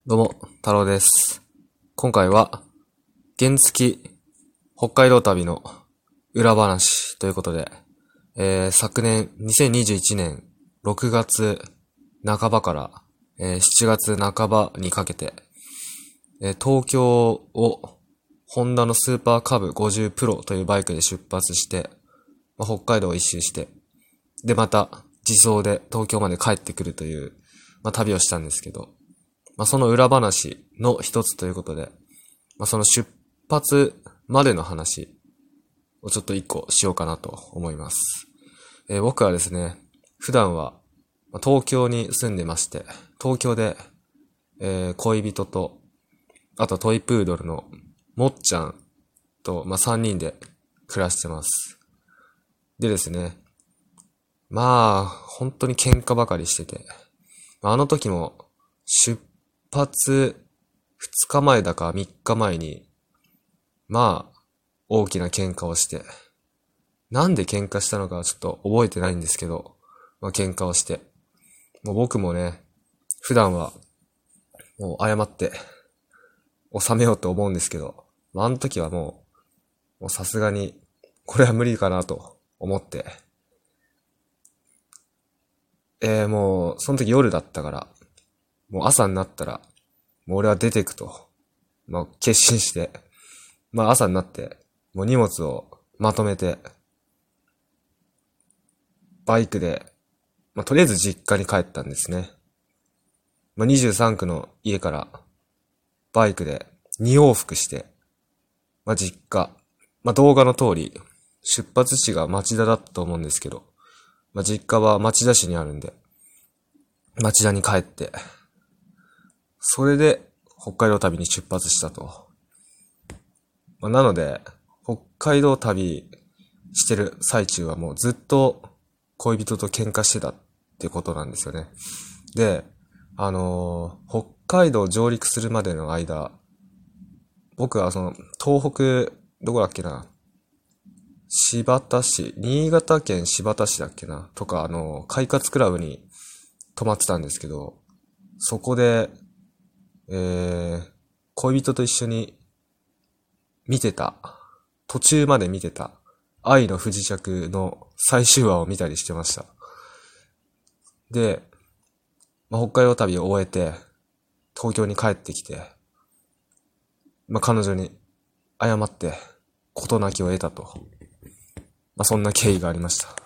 どうも、太郎です。今回は、原付北海道旅の裏話ということで、昨年2021年6月半ばから、7月半ばにかけて、東京をホンダのスーパーカブ50プロというバイクで出発して、北海道を一周して、でまた自走で東京まで帰ってくるという、旅をしたんですけど、その裏話の一つということで、その出発までの話をちょっと一個しようかなと思います。僕はですね、普段は東京に住んでまして、東京で、恋人と、あとトイプードルのもっちゃんと、3人で暮らしてます。でですね、本当に喧嘩ばかりしてて、あの時も出発2日前だか3日前に、大きな喧嘩をして、なんで喧嘩したのかちょっと覚えてないんですけど、喧嘩をして、もう僕もね、普段はもう謝って収めようと思うんですけど、あの時はもうさすがにこれは無理かなと思って、もうその時夜だったから、もう朝になったら、もう俺は出てくと、決心して、朝になって、もう荷物をまとめて、バイクで、とりあえず実家に帰ったんですね。23区の家からバイクで2往復して、実家、動画の通り、出発地が町田だったと思うんですけど、実家は町田市にあるんで、町田に帰って、それで北海道旅に出発したと。なので、北海道旅してる最中はもうずっと恋人と喧嘩してたってことなんですよね。で、北海道上陸するまでの間、僕は東北、どこだっけな、新潟県新発田市だっけな、とか、快活クラブに泊まってたんですけど、そこで、恋人と一緒に途中まで見てた、愛の不時着の最終話を見たりしてました。で、北海道旅を終えて、東京に帰ってきて、彼女に謝って、事なきを得たと。そんな経緯がありました。